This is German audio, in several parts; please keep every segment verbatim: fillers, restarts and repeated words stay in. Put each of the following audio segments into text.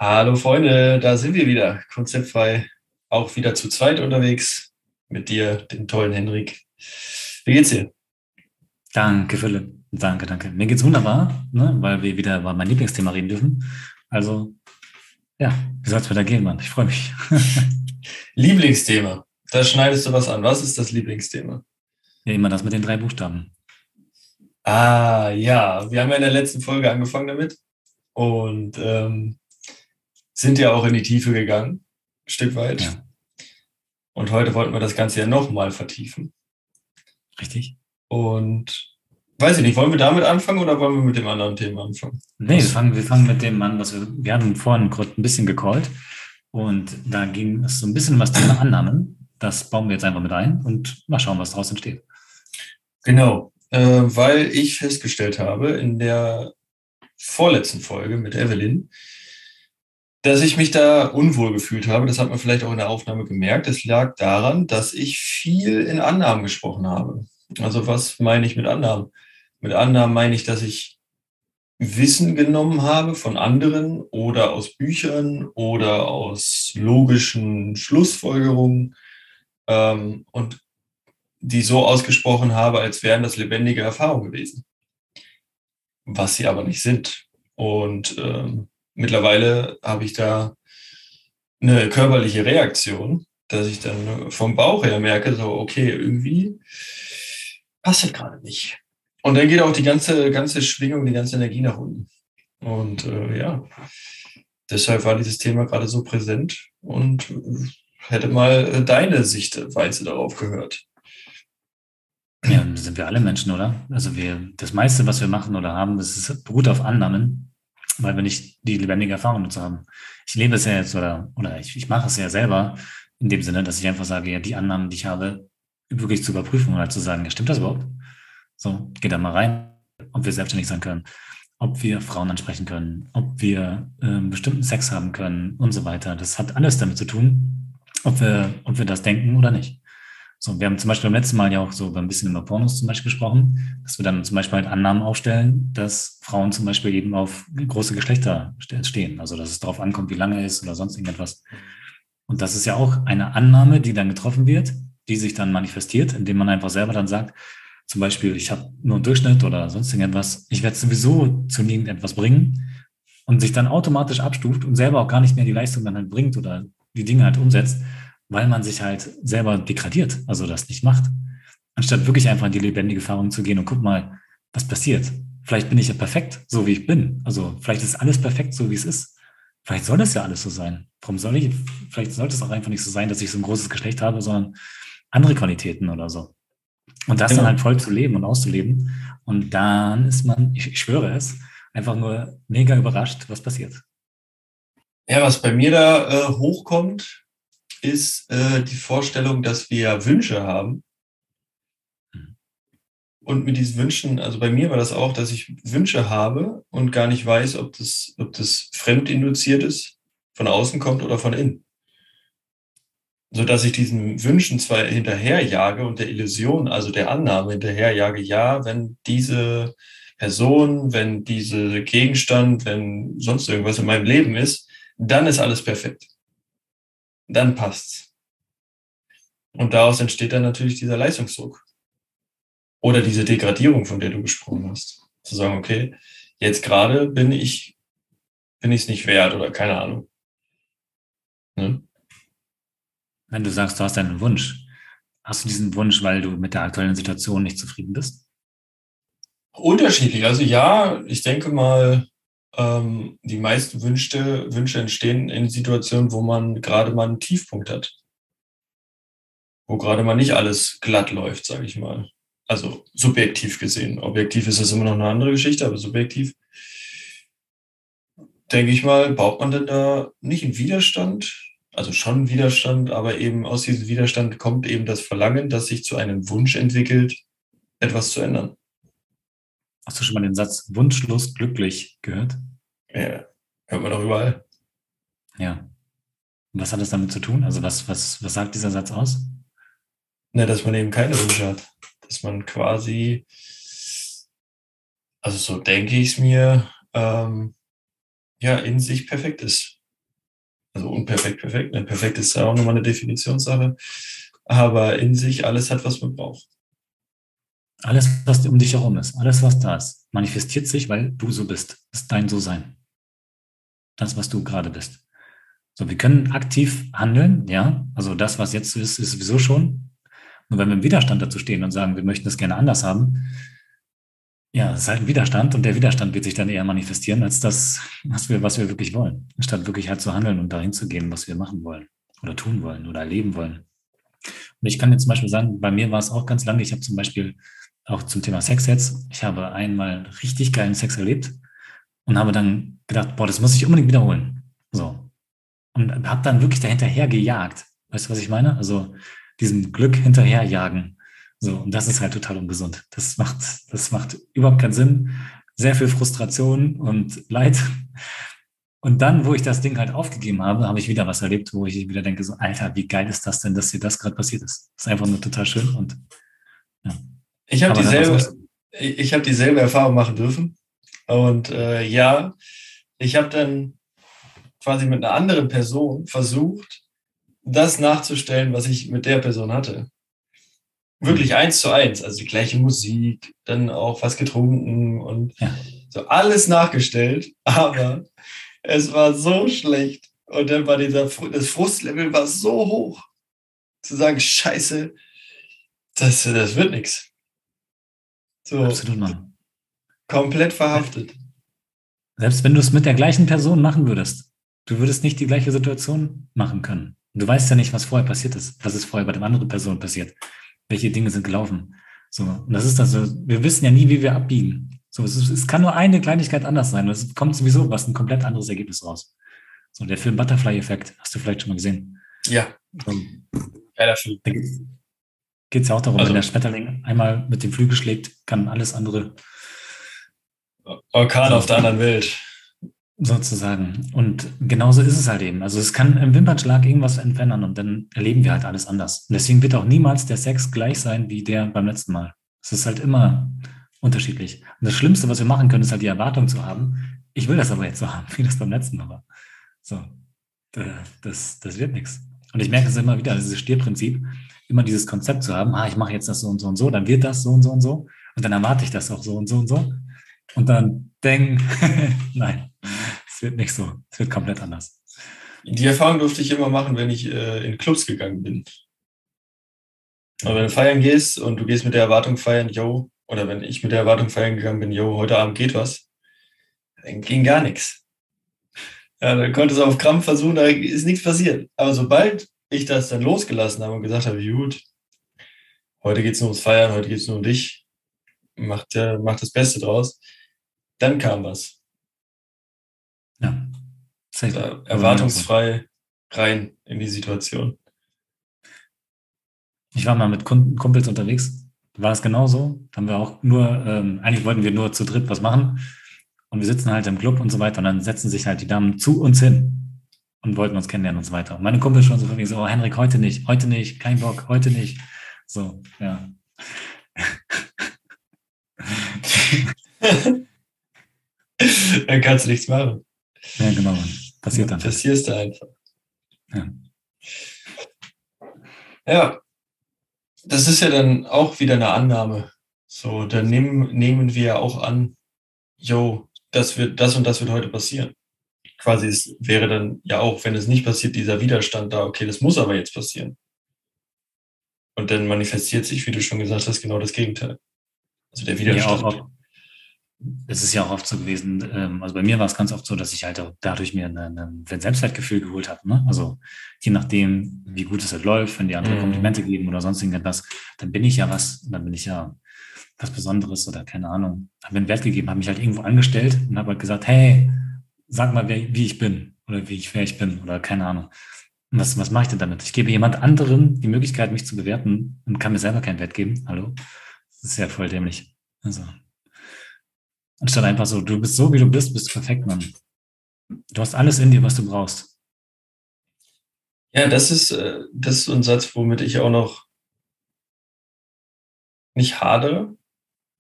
Hallo Freunde, da sind wir wieder, konzeptfrei, auch wieder zu zweit unterwegs mit dir, dem tollen Henrik. Wie geht's dir? Danke, Philipp. Danke, danke. Mir geht's wunderbar, ne, weil wir wieder über mein Lieblingsthema reden dürfen. Also, ja, wie soll's wieder gehen, Mann? Ich freue mich. Lieblingsthema, da schneidest du was an. Was ist das Lieblingsthema? Ja, immer das mit den drei Buchstaben. Ah ja, wir haben ja in der letzten Folge angefangen damit und ähm, sind ja auch in die Tiefe gegangen, ein Stück weit. Ja, Und heute wollten wir das Ganze ja nochmal vertiefen. richtig? Und weiß ich nicht, wollen wir damit anfangen oder wollen wir mit dem anderen Thema anfangen? Nee, wir Was? fangen, wir fangen mit dem an, was wir, wir hatten vorhin kurz ein bisschen gecallt und da ging es so ein bisschen um das Thema Annahmen. Das bauen wir jetzt einfach mit ein und mal schauen, was daraus entsteht. Genau, äh, weil ich festgestellt habe in der vorletzten Folge mit Evelyn, dass ich mich da unwohl gefühlt habe. Das hat man vielleicht auch in der Aufnahme gemerkt. Es lag daran, dass ich viel in Annahmen gesprochen habe. Also was meine ich mit Annahmen? Mit Annahmen meine ich, dass ich Wissen genommen habe von anderen oder aus Büchern oder aus logischen Schlussfolgerungen ähm, und die so ausgesprochen habe, als wären das lebendige Erfahrungen gewesen, was sie aber nicht sind. Und ähm, mittlerweile habe ich da eine körperliche Reaktion, dass ich dann vom Bauch her merke, so, okay, irgendwie passt das gerade nicht. Und dann geht auch die ganze, ganze Schwingung, die ganze Energie nach unten. Und äh, ja, deshalb war dieses Thema gerade so präsent und äh, hätte mal deine Sichtweise darauf gehört. Ja, dann sind wir alle Menschen, oder? Also wir, das meiste, was wir machen oder haben, das ist, beruht auf Annahmen, weil wir nicht die lebendige Erfahrung dazu haben. Ich lebe es ja jetzt oder, oder ich, ich mache es ja selber in dem Sinne, dass ich einfach sage, ja, die Annahmen, die ich habe, wirklich zu überprüfen und halt zu sagen, ja, stimmt das überhaupt? So, geh da mal rein, ob wir selbstständig sein können, ob wir Frauen ansprechen können, ob wir ähm, bestimmten Sex haben können und so weiter. Das hat alles damit zu tun, ob wir, ob wir das denken oder nicht. So, wir haben zum Beispiel beim letzten Mal ja auch so ein bisschen über Pornos zum Beispiel gesprochen, dass wir dann zum Beispiel halt Annahmen aufstellen, dass Frauen zum Beispiel eben auf große Geschlechter stehen. Also, dass es darauf ankommt, wie lange es ist oder sonst irgendetwas. Und das ist ja auch eine Annahme, die dann getroffen wird, die sich dann manifestiert, indem man einfach selber dann sagt, zum Beispiel, ich habe nur einen Durchschnitt oder sonst irgendetwas, ich werde sowieso zu irgendetwas bringen und sich dann automatisch abstuft und selber auch gar nicht mehr die Leistung dann halt bringt oder die Dinge halt umsetzt, weil man sich halt selber degradiert, also das nicht macht. Anstatt wirklich einfach in die lebendige Erfahrung zu gehen und guck mal, was passiert. Vielleicht bin ich ja perfekt, so wie ich bin. Also vielleicht ist alles perfekt, so wie es ist. Vielleicht soll es ja alles so sein. Warum soll ich? Vielleicht sollte es auch einfach nicht so sein, dass ich so ein großes Geschlecht habe, sondern andere Qualitäten oder so. Und das dann halt Genau. voll zu leben und auszuleben. Und dann ist man, ich, ich schwöre es, einfach nur mega überrascht, was passiert. Ja, was bei mir da äh, hochkommt, ist äh, die Vorstellung, dass wir Wünsche haben. Und mit diesen Wünschen, also bei mir war das auch, dass ich Wünsche habe und gar nicht weiß, ob das, ob das fremdinduziert ist, von außen kommt oder von innen. Sodass ich diesen Wünschen zwar hinterherjage und der Illusion, also der Annahme hinterherjage, ja, wenn diese Person, wenn dieser Gegenstand, wenn sonst irgendwas in meinem Leben ist, dann ist alles perfekt. Dann passt's. Und daraus entsteht dann natürlich dieser Leistungsdruck oder diese Degradierung, von der du gesprochen hast. Zu sagen, okay, jetzt gerade bin ich, bin ich es nicht wert oder keine Ahnung. Ne? Wenn du sagst, du hast einen Wunsch, hast du diesen Wunsch, weil du mit der aktuellen Situation nicht zufrieden bist? Unterschiedlich. Also ja, ich denke mal, ähm, die meisten Wünsche, Wünsche entstehen in Situationen, wo man gerade mal einen Tiefpunkt hat, wo gerade mal nicht alles glatt läuft, sage ich mal. Also subjektiv gesehen. Objektiv ist es immer noch eine andere Geschichte, aber subjektiv, denke ich mal, baut man denn da nicht einen Widerstand? Also schon einen Widerstand, aber eben aus diesem Widerstand kommt eben das Verlangen, das sich zu einem Wunsch entwickelt, etwas zu ändern. Hast du schon mal den Satz wunschlos glücklich gehört? Ja, hört man doch überall. Ja. Und was hat das damit zu tun? Also was, was, was sagt dieser Satz aus? Ne, dass man eben keine Wünsche hat. Dass man quasi, also so denke ich es mir, ähm, ja, in sich perfekt ist. Also unperfekt, perfekt. Ne? Perfekt ist ja auch nochmal eine Definitionssache. Aber in sich alles hat, was man braucht. Alles, was um dich herum ist, alles, was da ist, manifestiert sich, weil du so bist. Das ist dein So-Sein. Das, was du gerade bist. So, wir können aktiv handeln, ja. Also das, was jetzt so ist, ist sowieso schon. Und wenn wir im Widerstand dazu stehen und sagen, wir möchten das gerne anders haben, ja, das ist halt ein Widerstand und der Widerstand wird sich dann eher manifestieren als das, was wir, was wir wirklich wollen. Anstatt wirklich halt zu handeln und dahin zu gehen, was wir machen wollen oder tun wollen oder erleben wollen. Und ich kann jetzt zum Beispiel sagen, bei mir war es auch ganz lange, ich habe zum Beispiel auch zum Thema Sex jetzt, ich habe einmal richtig geilen Sex erlebt und habe dann gedacht, boah, das muss ich unbedingt wiederholen. So. Und habe dann wirklich dahinterher gejagt. Weißt du, was ich meine? Also diesem Glück hinterherjagen. So, und das ist halt total ungesund. Das macht, das macht überhaupt keinen Sinn. Sehr viel Frustration und Leid. Und dann, wo ich das Ding halt aufgegeben habe, habe ich wieder was erlebt, wo ich wieder denke, so, Alter, wie geil ist das denn, dass dir das gerade passiert ist? Das ist einfach nur total schön und ja. Ich habe Aber dann was auch dieselbe, so. ich habe dieselbe Erfahrung machen dürfen. Und äh, ja, ich habe dann quasi mit einer anderen Person versucht, das nachzustellen, was ich mit der Person hatte. Wirklich eins zu eins, also die gleiche Musik, dann auch was getrunken und Ja. so alles nachgestellt, aber es war so schlecht und dann war dieser, das Frustlevel war so hoch, zu sagen, scheiße, das, das wird nichts. So Absolut, Mann. komplett verhaftet. Selbst wenn du es mit der gleichen Person machen würdest, du würdest nicht die gleiche Situation machen können. Du weißt ja nicht, was vorher passiert ist, was ist vorher bei der anderen Person passiert, welche Dinge sind gelaufen. So, und das ist das, wir wissen ja nie, wie wir abbiegen. So, es, ist, es kann nur eine Kleinigkeit anders sein und es kommt sowieso was, ein komplett anderes Ergebnis raus. So, der Film Butterfly-Effekt, hast du vielleicht schon mal gesehen. Ja. So, Geiler Film. da geht es ja auch darum, Also, wenn der Schmetterling einmal mit dem Flügel schlägt, kann alles andere Orkan so auf der anderen Welt. sozusagen. Und genauso ist es halt eben. Also es kann im Wimpernschlag irgendwas verändern und dann erleben wir halt alles anders. Und deswegen wird auch niemals der Sex gleich sein wie der beim letzten Mal. Es ist halt immer unterschiedlich. Und das Schlimmste, was wir machen können, ist halt die Erwartung zu haben, ich will das aber jetzt so haben, wie das beim letzten Mal war. So, das, das wird nichts. Und ich merke es immer wieder, dieses Stierprinzip, immer dieses Konzept zu haben, ah, ich mache jetzt das so und so und so, dann wird das so und so und so und dann erwarte ich das auch so und so und so. Und dann denk, nein, es wird nicht so. Es wird komplett anders. Die Erfahrung durfte ich immer machen, wenn ich äh, in Clubs gegangen bin. Also wenn du feiern gehst und du gehst mit der Erwartung feiern, yo, oder wenn ich mit der Erwartung feiern gegangen bin, yo, heute Abend geht was, dann ging gar nichts. Ja, dann konntest du auf Krampf versuchen, da ist nichts passiert. Aber sobald ich das dann losgelassen habe und gesagt habe, gut, heute geht es nur ums Feiern, heute geht es nur um dich, mach, äh, mach das Beste draus, dann kam was. Ja, safe. Also Aber bei mir auch so. erwartungsfrei rein in die Situation. Ich war mal mit Kunden, Kumpels unterwegs. War es genauso. Da haben wir auch nur, ähm, eigentlich wollten wir nur zu dritt was machen. Und wir sitzen halt im Club und so weiter. Und dann setzen sich halt die Damen zu uns hin und wollten uns kennenlernen und so weiter. Und meine Kumpel schon so von mir so, oh, Henrik, heute nicht, heute nicht, kein Bock, heute nicht. So, ja. Dann kannst du nichts machen. Ja, genau, Mann. Passiert dann. Passierst du einfach. Ja. Ja, das ist ja dann auch wieder eine Annahme. So, dann nehmen, nehmen wir ja auch an, yo, das wird, das und das wird heute passieren. Quasi es wäre dann ja auch, wenn es nicht passiert, dieser Widerstand da, okay, das muss aber jetzt passieren. Und dann manifestiert sich, wie du schon gesagt hast, genau das Gegenteil. Also der Widerstand. Ja, auch, auch es ist ja auch oft so gewesen, ähm, also bei mir war es ganz oft so, dass ich halt auch dadurch mir eine, eine, ein Selbstwertgefühl geholt habe. Ne? Also je nachdem, wie gut es halt läuft, wenn die andere Mhm. Komplimente geben oder sonst irgendetwas, dann bin ich ja was, dann bin ich ja was Besonderes oder keine Ahnung. Habe mir einen Wert gegeben, habe mich halt irgendwo angestellt und habe halt gesagt, hey, sag mal, wer, wie ich bin oder wie ich, wer ich bin oder keine Ahnung. Und was, was mache ich denn damit? Ich gebe jemand anderen die Möglichkeit, mich zu bewerten und kann mir selber keinen Wert geben. Hallo? Das ist ja voll dämlich. Also. Anstatt einfach so, du bist so, wie du bist, bist du perfekt, Mann. Du hast alles in dir, was du brauchst. Ja, das ist, äh, das ist so ein Satz, womit ich auch noch nicht hadere,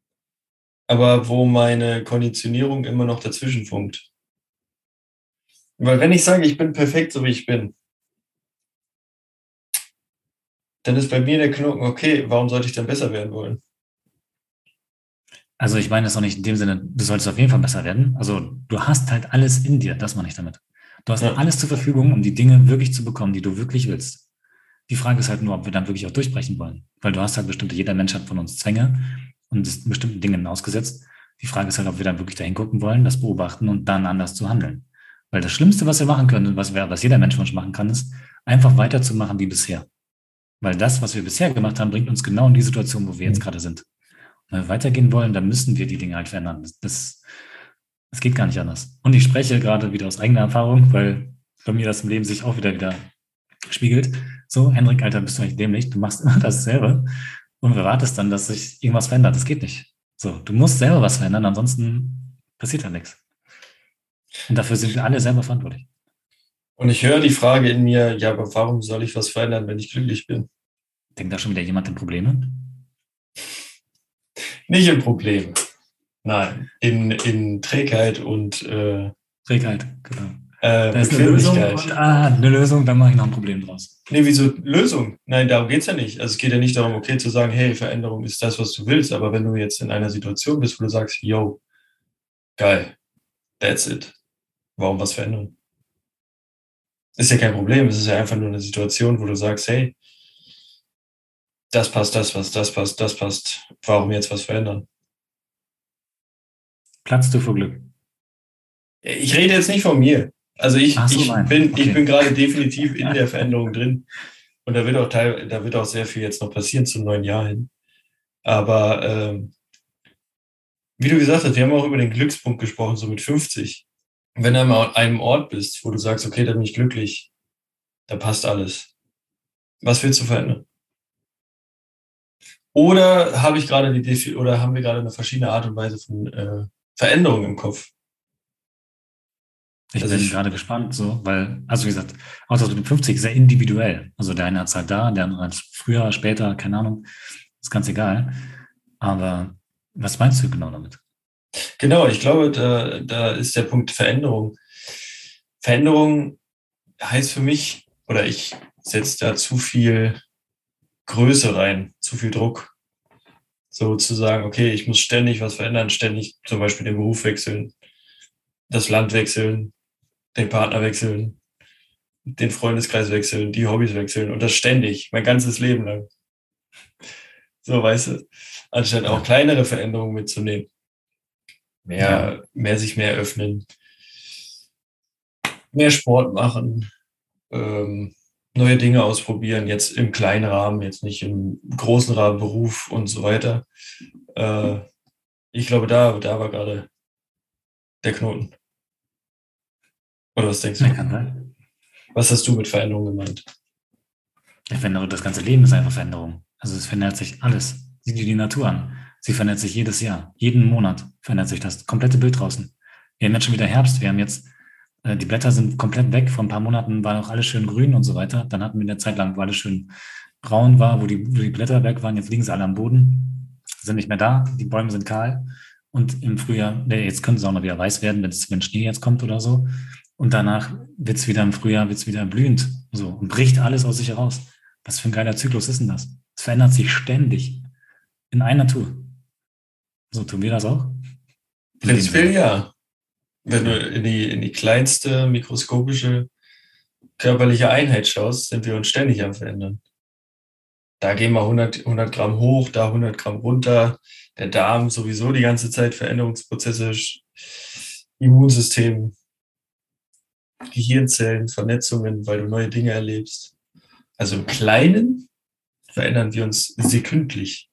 aber wo meine Konditionierung immer noch dazwischen funkt. Weil wenn ich sage, ich bin perfekt, so wie ich bin, dann ist bei mir der Knoten, okay, warum sollte ich dann besser werden wollen? Also ich meine das auch nicht in dem Sinne, du solltest auf jeden Fall besser werden. Also du hast halt alles in dir, das meine ich damit. Du hast Ja, alles zur Verfügung, um die Dinge wirklich zu bekommen, die du wirklich willst. Die Frage ist halt nur, ob wir dann wirklich auch durchbrechen wollen. Weil du hast halt bestimmte, jeder Mensch hat von uns Zwänge und ist bestimmten Dingen ausgesetzt. Die Frage ist halt, ob wir dann wirklich dahin gucken wollen, das beobachten und dann anders zu handeln. Weil das Schlimmste, was wir machen können und was, wir, was jeder Mensch von uns machen kann, ist, einfach weiterzumachen wie bisher. Weil das, was wir bisher gemacht haben, bringt uns genau in die Situation, wo wir jetzt gerade sind. Wenn wir weitergehen wollen, dann müssen wir die Dinge halt verändern. Das, das, das geht gar nicht anders. Und ich spreche gerade wieder aus eigener Erfahrung, weil bei mir das im Leben sich auch wieder wieder spiegelt. So, Henrik, Alter, bist du eigentlich dämlich? Du machst immer dasselbe und erwartest dann, dass sich irgendwas verändert. Das geht nicht. So, du musst selber was verändern, ansonsten passiert ja nichts. Und dafür sind wir alle selber verantwortlich. und ich höre die Frage in mir, ja, aber warum soll ich was verändern, wenn ich glücklich bin? Denkt da schon wieder jemand in Probleme? Nicht in Probleme. Nein, in, in Trägheit und äh, Trägheit, genau. äh, Da ist eine Lösung Bequemlichkeit. und ah, eine Lösung, dann mache ich noch ein Problem draus. Nee, wieso Lösung? Nein, darum geht's ja nicht. Also es geht ja nicht darum, okay, zu sagen, hey, Veränderung ist das, was du willst. Aber wenn du jetzt in einer Situation bist, wo du sagst, yo, geil, that's it. Warum was verändern? Ist ja kein Problem. Es ist ja einfach nur eine Situation, wo du sagst, hey, das passt, das passt, das passt, das passt. Warum jetzt was verändern? Platzt du vor Glück? Ich rede jetzt nicht von mir. Also ich, Ach so, ich nein. bin, ich Okay. bin gerade definitiv in der Veränderung drin. Und da wird auch teil, da wird auch sehr viel jetzt noch passieren zum neuen Jahr hin. Aber ähm, wie du gesagt hast, wir haben auch über den Glückspunkt gesprochen, so mit fünfzig. Wenn du an einem Ort bist, wo du sagst, okay, da bin ich glücklich, da passt alles. Was willst du verändern? Oder habe ich gerade die Defi oder haben wir gerade eine verschiedene Art und Weise von äh, Veränderung im Kopf? Ich Also bin ich, gerade gespannt, so, weil, also wie gesagt, auch das mit dem fünfzig ist sehr individuell. Also der eine hat es halt da, der andere hat es früher, später, keine Ahnung, ist ganz egal. Aber was meinst du genau damit? genau, ich glaube, da, da ist der Punkt Veränderung. Veränderung heißt für mich, oder ich setze da zu viel Größe rein, zu viel Druck. So zu sagen, okay, ich muss ständig was verändern, ständig zum Beispiel den Beruf wechseln, das Land wechseln, den Partner wechseln, den Freundeskreis wechseln, die Hobbys wechseln und das ständig, mein ganzes Leben lang. So, weißt du, anstatt auch Ja, kleinere Veränderungen mitzunehmen. ja, Mehr, mehr sich mehr öffnen, mehr Sport machen, ähm, neue Dinge ausprobieren, jetzt im kleinen Rahmen, jetzt nicht im großen Rahmen, Beruf und so weiter. Äh, ich glaube, da, da war gerade der Knoten. Oder was denkst ja, du? kann sein. Was hast du mit Veränderung gemeint? Ja, Veränderung, das ganze Leben ist einfach Veränderung. Also es verändert sich alles. Sieh dir die Natur an. Sie verändert sich jedes Jahr. Jeden Monat verändert sich das komplette Bild draußen. Wir haben jetzt schon wieder Herbst. Wir haben jetzt, äh, die Blätter sind komplett weg. Vor ein paar Monaten war noch alles schön grün und so weiter. Dann hatten wir eine Zeit lang, wo alles schön braun war, wo die, wo die Blätter weg waren. Jetzt liegen sie alle am Boden, sind nicht mehr da. Die Bäume sind kahl. Und im Frühjahr, nee, jetzt könnte es auch noch wieder weiß werden, wenn es, wenn Schnee jetzt kommt oder so. Und danach wird es wieder im Frühjahr, wird es wieder blühend. So, und bricht alles aus sich heraus. Was für ein geiler Zyklus ist denn das? Es verändert sich ständig in einer Tour. So tun wir das auch? Prinzipiell ja. Wenn du in die, in die kleinste mikroskopische körperliche Einheit schaust, sind wir uns ständig am Verändern. Da gehen wir hundert, hundert Gramm hoch, da hundert Gramm runter. Der Darm sowieso die ganze Zeit Veränderungsprozesse, Immunsystem, Gehirnzellen, Vernetzungen, weil du neue Dinge erlebst. Also im Kleinen verändern wir uns sekündlich.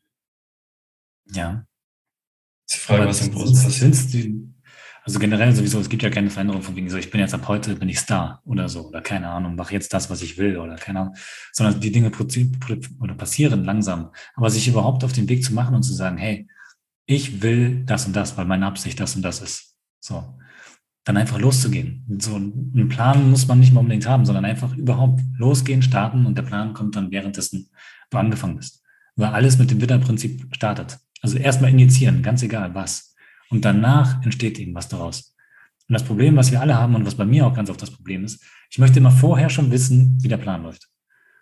Ja. Ist die Frage, Aber was im Großen passiert. die, also generell sowieso, es gibt ja keine Veränderung von wegen so, ich bin jetzt ab heute, bin ich Star oder so, oder keine Ahnung, mache jetzt das, was ich will oder keine Ahnung, sondern die Dinge oder passieren langsam. Aber sich überhaupt auf den Weg zu machen und zu sagen, hey, ich will das und das, weil meine Absicht das und das ist. So. Dann einfach loszugehen. So einen Plan muss man nicht mal unbedingt haben, sondern einfach überhaupt losgehen, starten und der Plan kommt dann währenddessen du angefangen bist. Weil alles mit dem Widder-Prinzip startet. Also erstmal injizieren, ganz egal was. Und danach entsteht irgendwas daraus. Und das Problem, was wir alle haben und was bei mir auch ganz oft das Problem ist, ich möchte immer vorher schon wissen, wie der Plan läuft.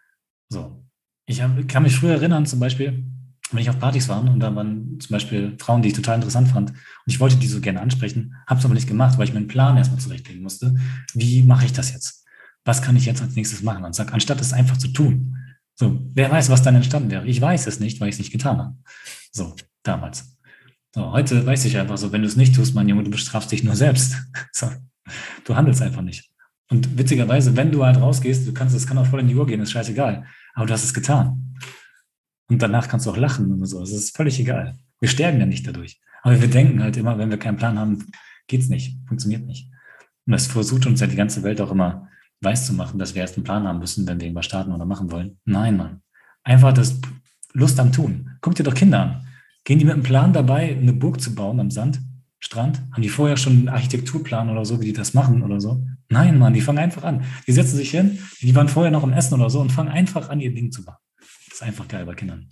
So. Ich hab, kann mich früher erinnern, zum Beispiel, wenn ich auf Partys war und da waren zum Beispiel Frauen, die ich total interessant fand und ich wollte die so gerne ansprechen, habe es aber nicht gemacht, weil ich mir einen Plan erstmal zurechtlegen musste. Wie mache ich das jetzt? Was kann ich jetzt als nächstes machen? Und sag, anstatt es einfach zu tun. So, wer weiß, was dann entstanden wäre? Ich weiß es nicht, weil ich es nicht getan habe. So, damals. So, heute weiß ich einfach so, wenn du es nicht tust, mein Junge, du bestrafst dich nur selbst. So, du handelst einfach nicht. Und witzigerweise, wenn du halt rausgehst, du kannst, es kann auch voll in die Uhr gehen, ist scheißegal. Aber du hast es getan. Und danach kannst du auch lachen und so. Es ist völlig egal. Wir sterben ja nicht dadurch. Aber wir denken halt immer, wenn wir keinen Plan haben, geht's nicht, funktioniert nicht. Und das versucht uns ja die ganze Welt auch immer weiß zu machen, dass wir erst einen Plan haben müssen, wenn wir irgendwas starten oder machen wollen. Nein, Mann. Einfach das Lust am Tun. Guck dir doch Kinder an. Gehen die mit einem Plan dabei, eine Burg zu bauen am Sand, Strand? Haben die vorher schon einen Architekturplan oder so, wie die das machen oder so? Nein, Mann, die fangen einfach an. Die setzen sich hin, die waren vorher noch im Essen oder so und fangen einfach an, ihr Ding zu machen. Das ist einfach geil bei Kindern.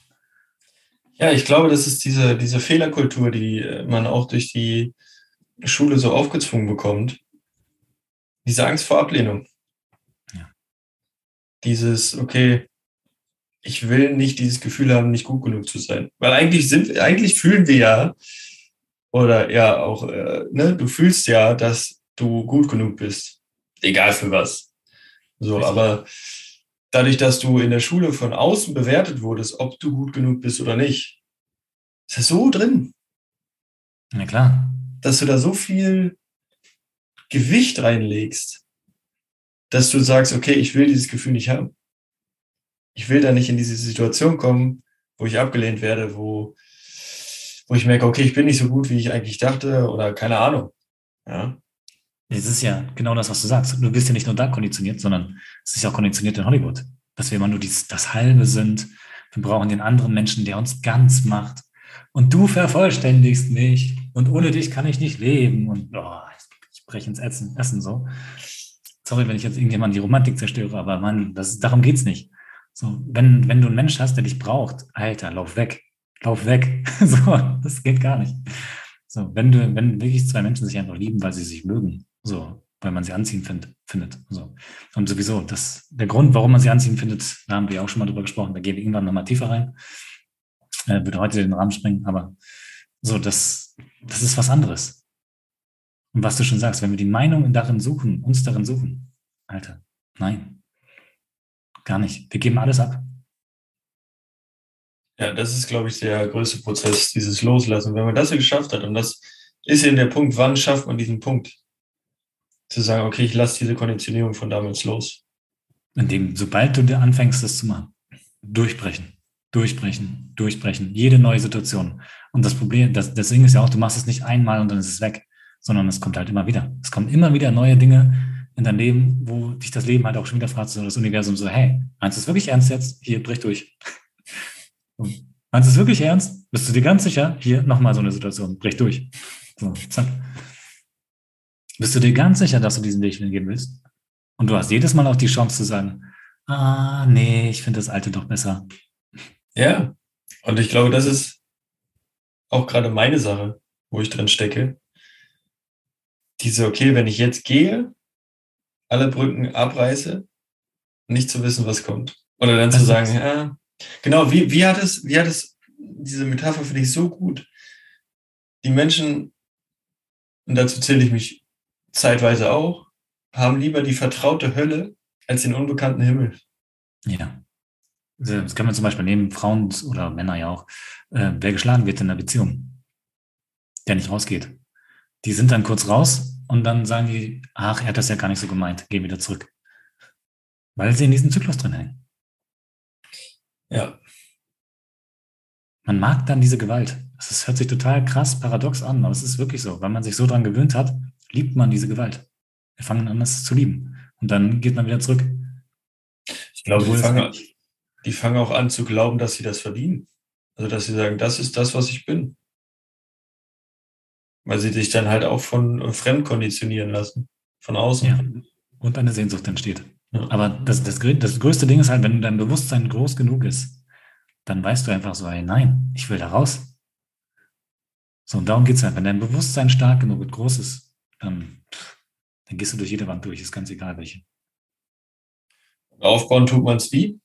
Ja, ich glaube, das ist diese, diese Fehlerkultur, die man auch durch die Schule so aufgezwungen bekommt. Diese Angst vor Ablehnung. Ja. Dieses, okay, ich will nicht dieses Gefühl haben, nicht gut genug zu sein. Weil eigentlich sind, eigentlich fühlen wir ja, oder ja auch, äh, ne, du fühlst ja, dass du gut genug bist. Egal für was. So, Richtig. aber dadurch, dass du in der Schule von außen bewertet wurdest, ob du gut genug bist oder nicht, ist das so drin. Na klar. Dass du da so viel Gewicht reinlegst, dass du sagst, okay, ich will dieses Gefühl nicht haben. Ich will da nicht in diese Situation kommen, wo ich abgelehnt werde, wo, wo ich merke, okay, ich bin nicht so gut, wie ich eigentlich dachte oder keine Ahnung. Ja. Es ist ja genau das, was du sagst. Du bist ja nicht nur da konditioniert, sondern es ist ja auch konditioniert in Hollywood, dass wir immer nur dies, das Halbe sind. Wir brauchen den anderen Menschen, der uns ganz macht. Und du vervollständigst mich. Und ohne dich kann ich nicht leben. Und oh, ich breche ins Essen, Essen so. Sorry, wenn ich jetzt irgendjemand die Romantik zerstöre, aber Mann, das, darum geht's nicht. So, wenn, wenn du einen Menschen hast, der dich braucht, Alter, lauf weg. Lauf weg. So, das geht gar nicht. So, wenn du, wenn wirklich zwei Menschen sich einfach lieben, weil sie sich mögen, so, weil man sie anziehend find, findet. So. Und sowieso, das, der Grund, warum man sie anziehend findet, da haben wir auch schon mal drüber gesprochen, da gehen wir irgendwann nochmal tiefer rein. Äh, würde heute den Rahmen sprengen, aber so, das, das ist was anderes. Und was du schon sagst, wenn wir die Meinung darin suchen, uns darin suchen, Alter, nein, gar nicht. Wir geben alles ab. Ja, das ist, glaube ich, der größte Prozess, dieses Loslassen. Wenn man das geschafft hat, und das ist eben der Punkt, wann schafft man diesen Punkt? Zu sagen, okay, ich lasse diese Konditionierung von damals los. Indem, sobald du dir anfängst, das zu machen, durchbrechen, durchbrechen, durchbrechen, jede neue Situation. Und das Problem, das, das Ding ist ja auch, du machst es nicht einmal und dann ist es weg, sondern es kommt halt immer wieder. Es kommen immer wieder neue Dinge in dein Leben, wo dich das Leben halt auch schon wieder fragt, so das Universum so, hey, meinst du es wirklich ernst jetzt? Hier, brich durch. Meinst du es wirklich ernst? Bist du dir ganz sicher? Hier, nochmal so eine Situation, brich durch. So, zack. Bist du dir ganz sicher, dass du diesen Weg gehen willst? Und du hast jedes Mal auch die Chance zu sagen, ah, nee, ich finde das Alte doch besser. Ja, und ich glaube, das ist auch gerade meine Sache, wo ich drin stecke. Diese, okay, wenn ich jetzt gehe, alle Brücken abreiße, nicht zu wissen, was kommt. Oder dann Das zu sagen, ist- ja, genau, wie, wie hat es, wie hat es, diese Metapher finde ich so gut. Die Menschen, und dazu zähle ich mich zeitweise auch, haben lieber die vertraute Hölle als den unbekannten Himmel. Ja. Das kann man zum Beispiel nehmen, Frauen oder Männer ja auch, äh, wer geschlagen wird in einer Beziehung, der nicht rausgeht. Die sind dann kurz raus und dann sagen die, ach, er hat das ja gar nicht so gemeint, gehen wieder zurück. Weil sie in diesem Zyklus drin hängen. Ja, Man mag dann diese Gewalt. Das hört sich total krass paradox an, aber es ist wirklich so. Wenn man sich so dran gewöhnt hat, liebt man diese Gewalt. Wir fangen an, es zu lieben. Und dann geht man wieder zurück. ich glaube, die Obwohl es fangen, eigentlich- die fangen auch an zu glauben, dass sie das verdienen. Also, dass sie sagen, das ist das, was ich bin. Weil sie sich dann halt auch von fremd konditionieren lassen. Von außen. Ja. Und eine Sehnsucht entsteht. Ja. Aber das, das, grö- das größte Ding ist halt, wenn dein Bewusstsein groß genug ist, dann weißt du einfach so, hey, nein, ich will da raus. So, und darum geht es halt. Wenn dein Bewusstsein stark genug und groß ist, dann, dann gehst du durch jede Wand durch, ist ganz egal welche. Aufbauen tut man es wie?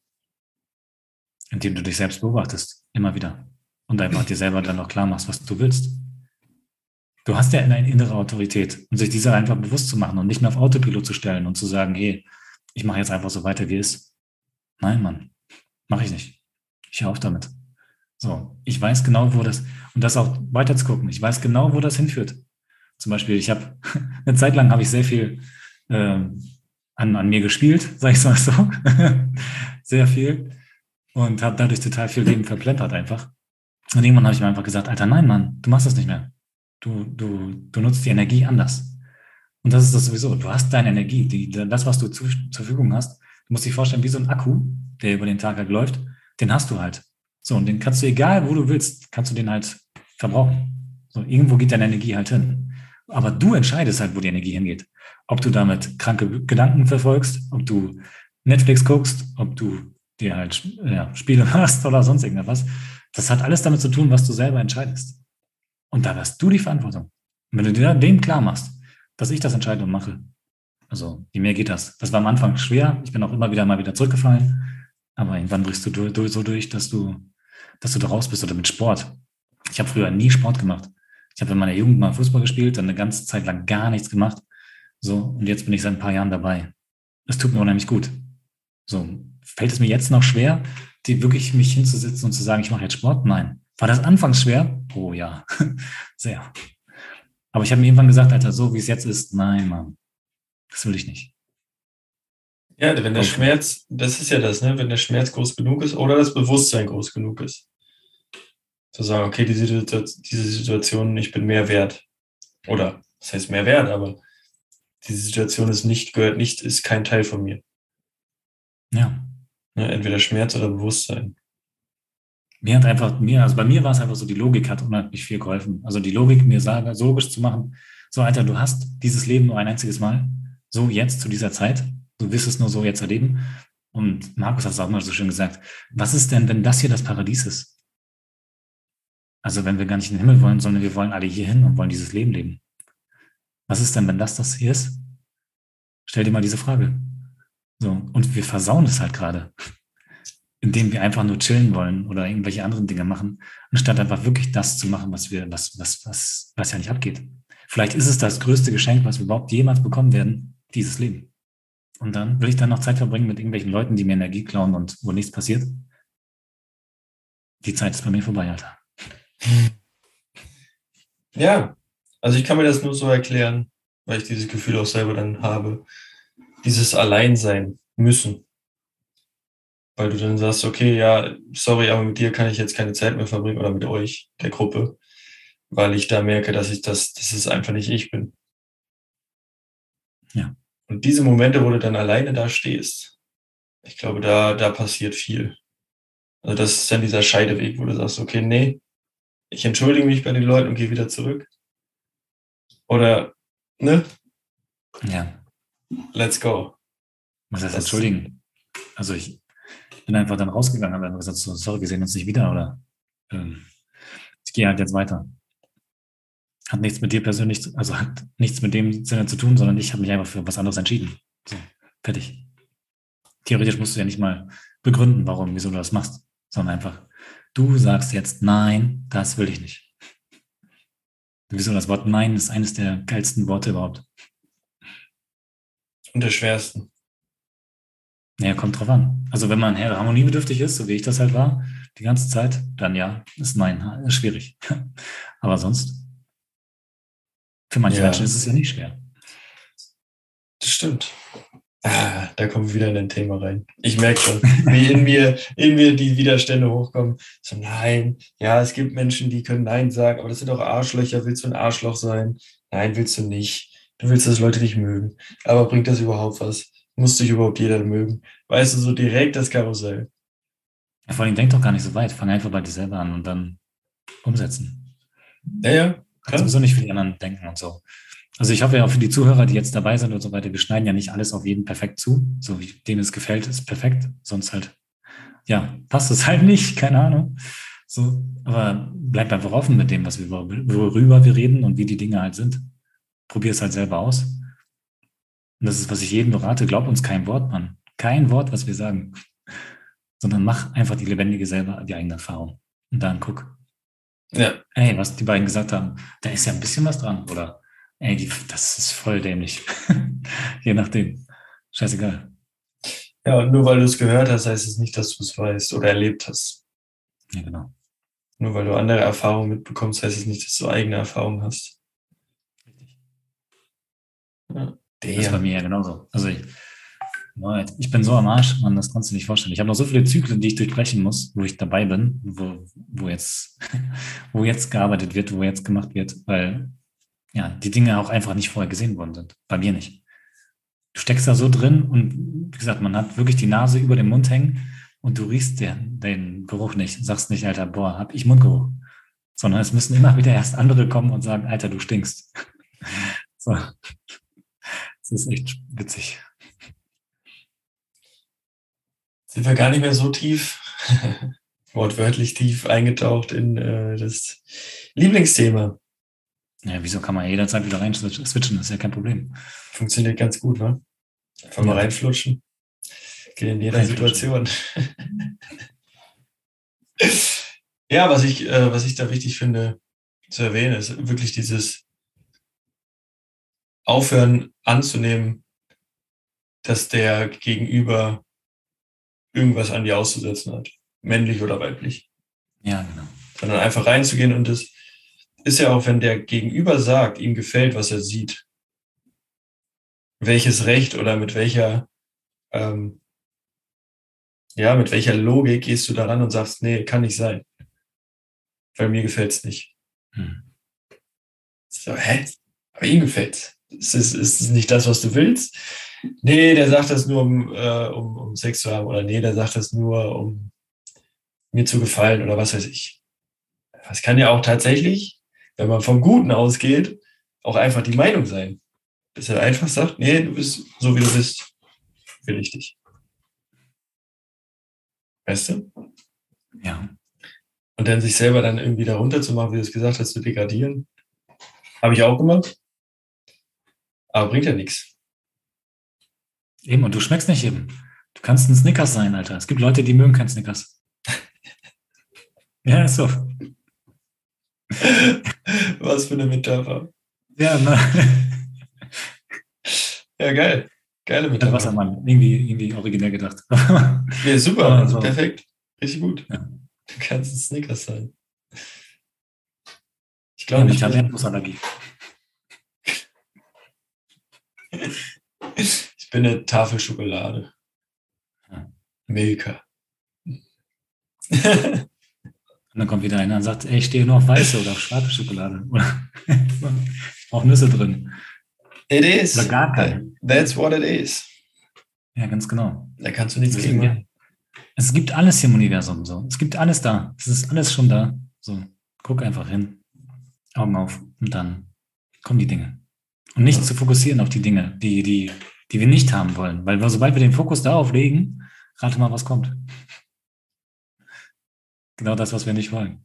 Indem du dich selbst beobachtest, immer wieder. Und einfach dir selber dann noch klar machst, was du willst. Du hast ja eine innere Autorität und sich dieser einfach bewusst zu machen und nicht mehr auf Autopilot zu stellen und zu sagen, hey, ich mache jetzt einfach so weiter, wie es ist. Nein, Mann, mache ich nicht. Ich höre auf damit. So, ich weiß genau, wo das, und das auch weiter zu gucken, ich weiß genau, wo das hinführt. Zum Beispiel, ich habe, eine Zeit lang habe ich sehr viel ähm, an, an mir gespielt, sag ich mal so. Sehr viel. Und habe dadurch total viel Leben verplempert einfach. Und irgendwann habe ich mir einfach gesagt, Alter, nein, Mann, du machst das nicht mehr. Du, du, du nutzt die Energie anders. Und das ist das sowieso. Du hast deine Energie, die, das, was du zu, zur Verfügung hast. Du musst dich vorstellen, wie so ein Akku, der über den Tag halt läuft, den hast du halt. So, und den kannst du, egal wo du willst, kannst du den halt verbrauchen. So, irgendwo geht deine Energie halt hin. Aber du entscheidest halt, wo die Energie hingeht. Ob du damit kranke Gedanken verfolgst, ob du Netflix guckst, ob du dir halt ja, Spiele machst oder sonst irgendwas. Das hat alles damit zu tun, was du selber entscheidest. Und da hast du die Verantwortung. Und wenn du dir dem klar machst, dass ich das entscheide und mache, also wie mehr geht das? Das war am Anfang schwer. Ich bin auch immer wieder mal wieder zurückgefallen. Aber irgendwann brichst du durch, durch, so durch, dass du, dass du da raus bist oder mit Sport. Ich habe früher nie Sport gemacht. Ich habe in meiner Jugend mal Fußball gespielt, dann eine ganze Zeit lang gar nichts gemacht. So, und jetzt bin ich seit ein paar Jahren dabei. Es tut mir unheimlich gut. So, fällt es mir jetzt noch schwer, die wirklich mich hinzusetzen und zu sagen, ich mache jetzt Sport? Nein. War das anfangs schwer? Oh ja, sehr. Aber ich habe mir irgendwann gesagt, Alter, so wie es jetzt ist, nein, Mann, das will ich nicht. Ja, wenn der Okay. Schmerz, das ist ja das, ne? Wenn der Schmerz groß genug ist oder das Bewusstsein groß genug ist. Zu sagen, okay, diese, diese Situation, ich bin mehr wert. Oder, das heißt mehr wert, aber diese Situation ist nicht, gehört nicht, ist kein Teil von mir. Ja. Ne? Entweder Schmerz oder Bewusstsein. Mir hat einfach, mir, also bei mir war es einfach so, die Logik hat unheimlich viel geholfen. Also die Logik, mir sagen, so logisch zu machen, so Alter, du hast dieses Leben nur ein einziges Mal, so jetzt zu dieser Zeit, du wirst es nur so jetzt erleben. Und Markus hat es auch mal so schön gesagt, was ist denn, wenn das hier das Paradies ist? Also wenn wir gar nicht in den Himmel wollen, sondern wir wollen alle hier hin und wollen dieses Leben leben. Was ist denn, wenn das das hier ist? Stell dir mal diese Frage. So, und wir versauen es halt gerade, indem wir einfach nur chillen wollen oder irgendwelche anderen Dinge machen, anstatt einfach wirklich das zu machen, was wir, was, was, was, was ja nicht abgeht. Vielleicht ist es das größte Geschenk, was wir überhaupt jemals bekommen werden, dieses Leben. Und dann will ich dann noch Zeit verbringen mit irgendwelchen Leuten, die mir Energie klauen und wo nichts passiert. Die Zeit ist bei mir vorbei, Alter. Ja, also ich kann mir das nur so erklären, weil ich dieses Gefühl auch selber dann habe. Dieses Alleinsein müssen. Weil du dann sagst, okay, ja, sorry, aber mit dir kann ich jetzt keine Zeit mehr verbringen oder mit euch, der Gruppe, weil ich da merke, dass ich das, dass es einfach nicht ich bin. Ja. Und diese Momente, wo du dann alleine da stehst, ich glaube, da, da passiert viel. Also das ist dann dieser Scheideweg, wo du sagst, okay, nee, ich entschuldige mich bei den Leuten und gehe wieder zurück. Oder, ne? Ja. Let's go. Was heißt Das- entschuldigen? Also ich bin einfach dann rausgegangen, habe einfach gesagt, so, sorry, wir sehen uns nicht wieder oder ähm, ich gehe halt jetzt weiter. Hat nichts mit dir persönlich, zu- also hat nichts mit dem Sinne zu tun, sondern ich habe mich einfach für was anderes entschieden. So, fertig. Theoretisch musst du ja nicht mal begründen, warum, wieso du das machst, sondern einfach, du sagst jetzt, nein, das will ich nicht. Wieso das Wort Nein ist eines der geilsten Worte überhaupt. Und der schwersten. Naja, kommt drauf an. Also wenn man harmoniebedürftig ist, so wie ich das halt war, die ganze Zeit, dann ja, ist Nein ist schwierig. Aber sonst, für manche Ja. Menschen ist es ja nicht schwer. Das stimmt. Ah, da kommen wir wieder in ein Thema rein. Ich merke schon, wie in mir, in mir die Widerstände hochkommen. So, nein, ja, es gibt Menschen, die können Nein sagen, aber das sind doch Arschlöcher. Willst du ein Arschloch sein? Nein, willst du nicht. Du willst, dass Leute dich mögen. Aber bringt das überhaupt was? Muss dich überhaupt jeder mögen? Weißt du, so direkt das Karussell. Ja, vor allem denk doch gar nicht so weit. Fang einfach bei dir selber an und dann umsetzen. Ja, ja, Kannst klar. sowieso nicht für die anderen denken und so. Also ich hoffe ja auch für die Zuhörer, die jetzt dabei sind und so weiter, wir schneiden ja nicht alles auf jeden perfekt zu. So wie denen es gefällt, ist perfekt. Sonst halt, ja, passt es halt nicht, keine Ahnung. So, aber bleibt einfach offen mit dem, was wir, worüber wir reden und wie die Dinge halt sind. probier es halt selber aus. Und das ist, was ich jedem nur rate, glaub uns kein Wort, Mann. Kein Wort, was wir sagen. Sondern mach einfach die lebendige selber, die eigene Erfahrung. Und dann guck. Ja. Ey, was die beiden gesagt haben, da ist ja ein bisschen was dran. Oder, ey, die, das ist voll dämlich. Je nachdem. Scheißegal. Ja, und nur weil du es gehört hast, heißt es nicht, dass du es weißt oder erlebt hast. Ja, genau. Nur weil du andere Erfahrungen mitbekommst, heißt es nicht, dass du eigene Erfahrungen hast. Richtig. Ja. Das ist bei mir ja genauso. Also ich, ich bin so am Arsch, man, das kannst du nicht vorstellen. Ich habe noch so viele Zyklen, die ich durchbrechen muss, wo ich dabei bin, wo, wo jetzt, wo jetzt gearbeitet wird, wo jetzt gemacht wird, weil ja, die Dinge auch einfach nicht vorher gesehen worden sind. Bei mir nicht. Du steckst da so drin und wie gesagt, man hat wirklich die Nase über den Mund hängen und du riechst den, den Geruch nicht. Sagst nicht, Alter, boah, hab ich Mundgeruch. Sondern es müssen immer wieder erst andere kommen und sagen, Alter, du stinkst. So. Das ist echt witzig. Sind wir gar nicht mehr so tief, wortwörtlich tief eingetaucht in äh, das Lieblingsthema. Ja, wieso kann man jederzeit wieder rein switchen? Das ist ja kein Problem. Funktioniert ganz gut, ne? Einfach mal Ja. reinflutschen. Geht in jeder Situation. Ja, was ich, äh, was ich da wichtig finde zu erwähnen, ist wirklich dieses Aufhören anzunehmen, dass der Gegenüber irgendwas an dir auszusetzen hat. Männlich oder weiblich. Ja, genau. Sondern einfach reinzugehen und das ist ja auch, wenn der Gegenüber sagt, ihm gefällt, was er sieht, welches Recht oder mit welcher, ähm, ja, mit welcher Logik gehst du daran und sagst, nee, kann nicht sein. Weil mir gefällt's nicht. Hm. So, hä? Aber ihm gefällt's. Ist es, ist es nicht das, was du willst? Nee, der sagt das nur, um, äh, um, um Sex zu haben. Oder nee, der sagt das nur, um mir zu gefallen oder was weiß ich. Das kann ja auch tatsächlich, wenn man vom Guten ausgeht, auch einfach die Meinung sein. Dass er einfach sagt, nee, du bist so, wie du bist, will ich dich. Weißt du? Ja. Und dann sich selber dann irgendwie da runterzumachen, wie du es gesagt hast, zu degradieren. Habe ich auch gemacht. Aber bringt ja nichts. Eben, und du schmeckst nicht eben. Du kannst ein Snickers sein, Alter. Es gibt Leute, die mögen kein Snickers. Ja, ist so. Was für eine Metapher. Ja, na. Ja, geil. Geile Metapher. Wassermann. Irgendwie, irgendwie originell gedacht. Ja, super. Also, perfekt. Richtig gut. Ja. Du kannst ein Snickers sein. Ich Ja, glaube, ich ich habe bin, Erdnussallergie. ich bin eine Tafel Schokolade. Ja. Milka. Und dann kommt wieder einer und sagt, ey, ich stehe nur auf weiße oder auf schwarze Schokolade. Oder auch Nüsse drin. It is. Oder gar keine. That's what it is. Ja, ganz genau. Da kannst du nichts Deswegen, gegen machen. Es gibt alles hier im Universum so. Es gibt alles da. Es ist alles schon da. So, guck einfach hin. Augen auf und dann kommen die Dinge. Und nicht ja. zu fokussieren auf die Dinge, die, die, die wir nicht haben wollen. Weil sobald wir den Fokus darauf legen, rate mal, was kommt. Genau das, was wir nicht wollen.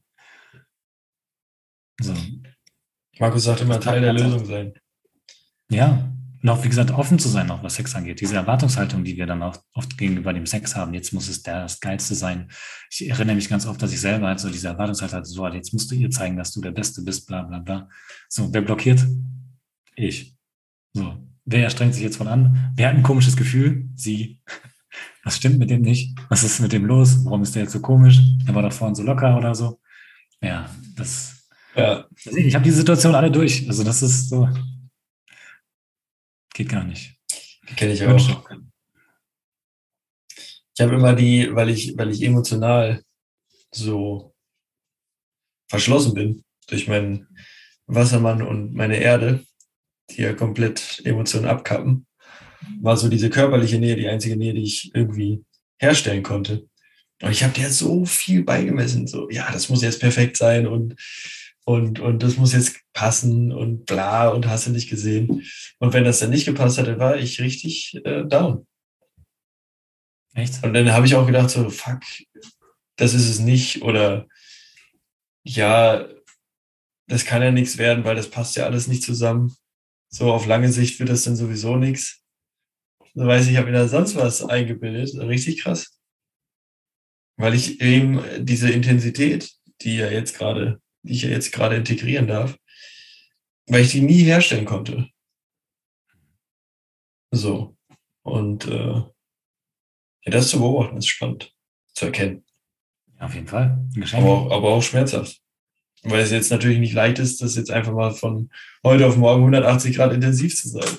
So. Markus sagt immer, Teil der Lösung sein. Ja, und auch, wie gesagt, offen zu sein, auch was Sex angeht. Diese Erwartungshaltung, die wir dann auch oft gegenüber dem Sex haben, jetzt muss es das Geilste sein. Ich erinnere mich ganz oft, dass ich selber halt so diese Erwartungshaltung hatte, so, jetzt musst du ihr zeigen, dass du der Beste bist, bla bla bla. So, wer blockiert? Ich. So, wer strengt sich jetzt von an? Wer hat ein komisches Gefühl? Sie. Was stimmt mit dem nicht? Was ist mit dem los? Warum ist der jetzt so komisch? Er war da vorhin so locker oder so. Ja, das. Ja. Ich habe die Situation alle durch. Also, das ist so. Geht gar nicht. Die kenne ich auch. Ich habe immer die, weil ich, weil ich emotional so verschlossen bin durch meinen Wassermann und meine Erde, die ja komplett Emotionen abkappen, war so diese körperliche Nähe die einzige Nähe, die ich irgendwie herstellen konnte. Und ich habe dir so viel beigemessen, so, ja, das muss jetzt perfekt sein und, und, und das muss jetzt passen und bla und hast du nicht gesehen. Und wenn das dann nicht gepasst hat, dann war ich richtig äh, down. Echt? Und dann habe ich auch gedacht so, fuck, das ist es nicht oder ja, das kann ja nichts werden, weil das passt ja alles nicht zusammen. so auf lange Sicht wird das dann sowieso nichts. So weiß ich, ich habe mir da sonst was eingebildet. Richtig krass. Weil ich eben diese Intensität, die ja jetzt gerade, die ich ja jetzt gerade integrieren darf, weil ich die nie herstellen konnte. So. Und äh, ja, das zu beobachten ist spannend zu erkennen. Auf jeden Fall. Ein Geschenk. Aber auch, aber auch schmerzhaft. Weil es jetzt natürlich nicht leicht ist, das jetzt einfach mal von heute auf morgen hundertachtzig Grad intensiv zu sein.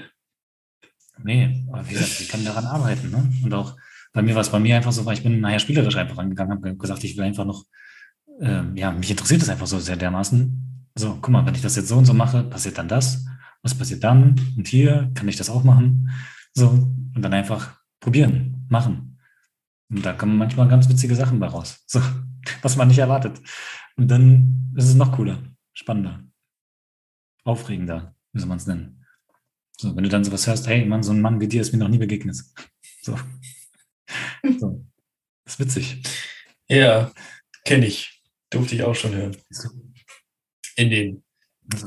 Nee, aber wie gesagt, wir können daran arbeiten. Ne? Und auch bei mir war es bei mir einfach so, weil ich bin nachher spielerisch einfach rangegangen, habe gesagt, ich will einfach noch, ähm, ja, mich interessiert das einfach so sehr dermaßen. So, guck mal, wenn ich das jetzt so und so mache, passiert dann das. Was passiert dann? Und hier kann ich das auch machen. So, und dann einfach probieren, machen. Und da kommen manchmal ganz witzige Sachen bei raus. So, was man nicht erwartet. Und dann ist es noch cooler, spannender, aufregender, wie soll man es nennen. So, wenn du dann sowas hörst, hey Mann, so ein Mann wie dir ist mir noch nie begegnet. So. So. Das ist witzig. Ja, kenne ich. Durfte ich auch schon hören. In den. Also.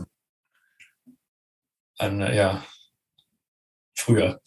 An, ja. Früher.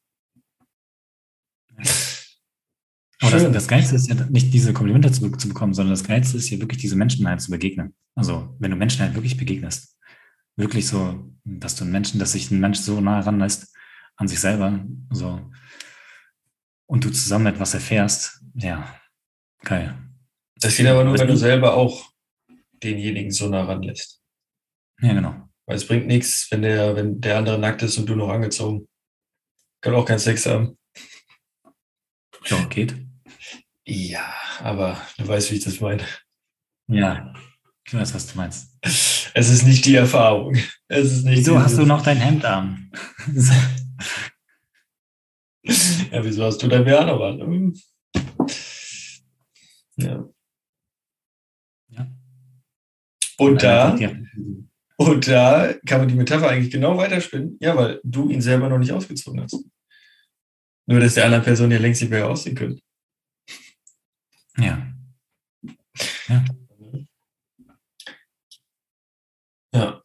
Aber das, das Geilste ist ja nicht diese Komplimente zurückzubekommen, sondern das Geilste ist ja wirklich diese Menschen halt zu begegnen. Also, wenn du Menschen halt wirklich begegnest, wirklich so, dass du einen Menschen, dass sich ein Mensch so nah ranlässt an sich selber, so, und du zusammen etwas erfährst, ja, geil. Das geht aber nur, wenn du selber auch denjenigen so nah ranlässt. Ja, genau. Weil es bringt nichts, wenn der, wenn der andere nackt ist und du noch angezogen. Kann auch keinen Sex haben. Ja, geht. Ja, aber du weißt, wie ich das meine. Ja, ich weiß, was du meinst. Es ist nicht die Erfahrung. Es ist nicht wieso hast du noch dein Hemd an? Ja, wieso hast du dein B H noch an? Ja. Ja. Und da, und da kann man die Metapher eigentlich genau weiterspinnen. Ja, weil du ihn selber noch nicht ausgezogen hast. Nur, dass der anderen Person ja längst nicht mehr aussehen können. Ja. Ja. Ja.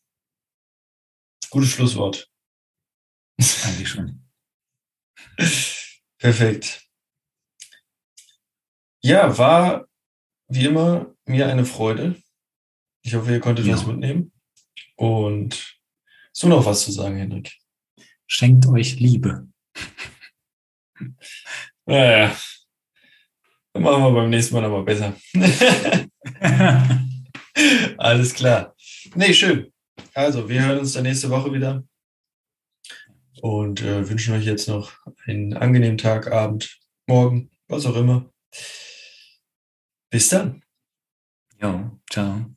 Gutes Schlusswort. Eigentlich schon. Perfekt. Ja, war wie immer mir eine Freude. Ich hoffe, ihr konntet ja. was mitnehmen. Und hast du noch was zu sagen, Hendrik? Schenkt euch Liebe. Naja. Dann machen wir beim nächsten Mal nochmal besser. Alles klar. Nee, schön. Also, wir hören uns dann nächste Woche wieder. Und äh, wünschen euch jetzt noch einen angenehmen Tag, Abend, Morgen, was auch immer. Bis dann. Jo, ciao.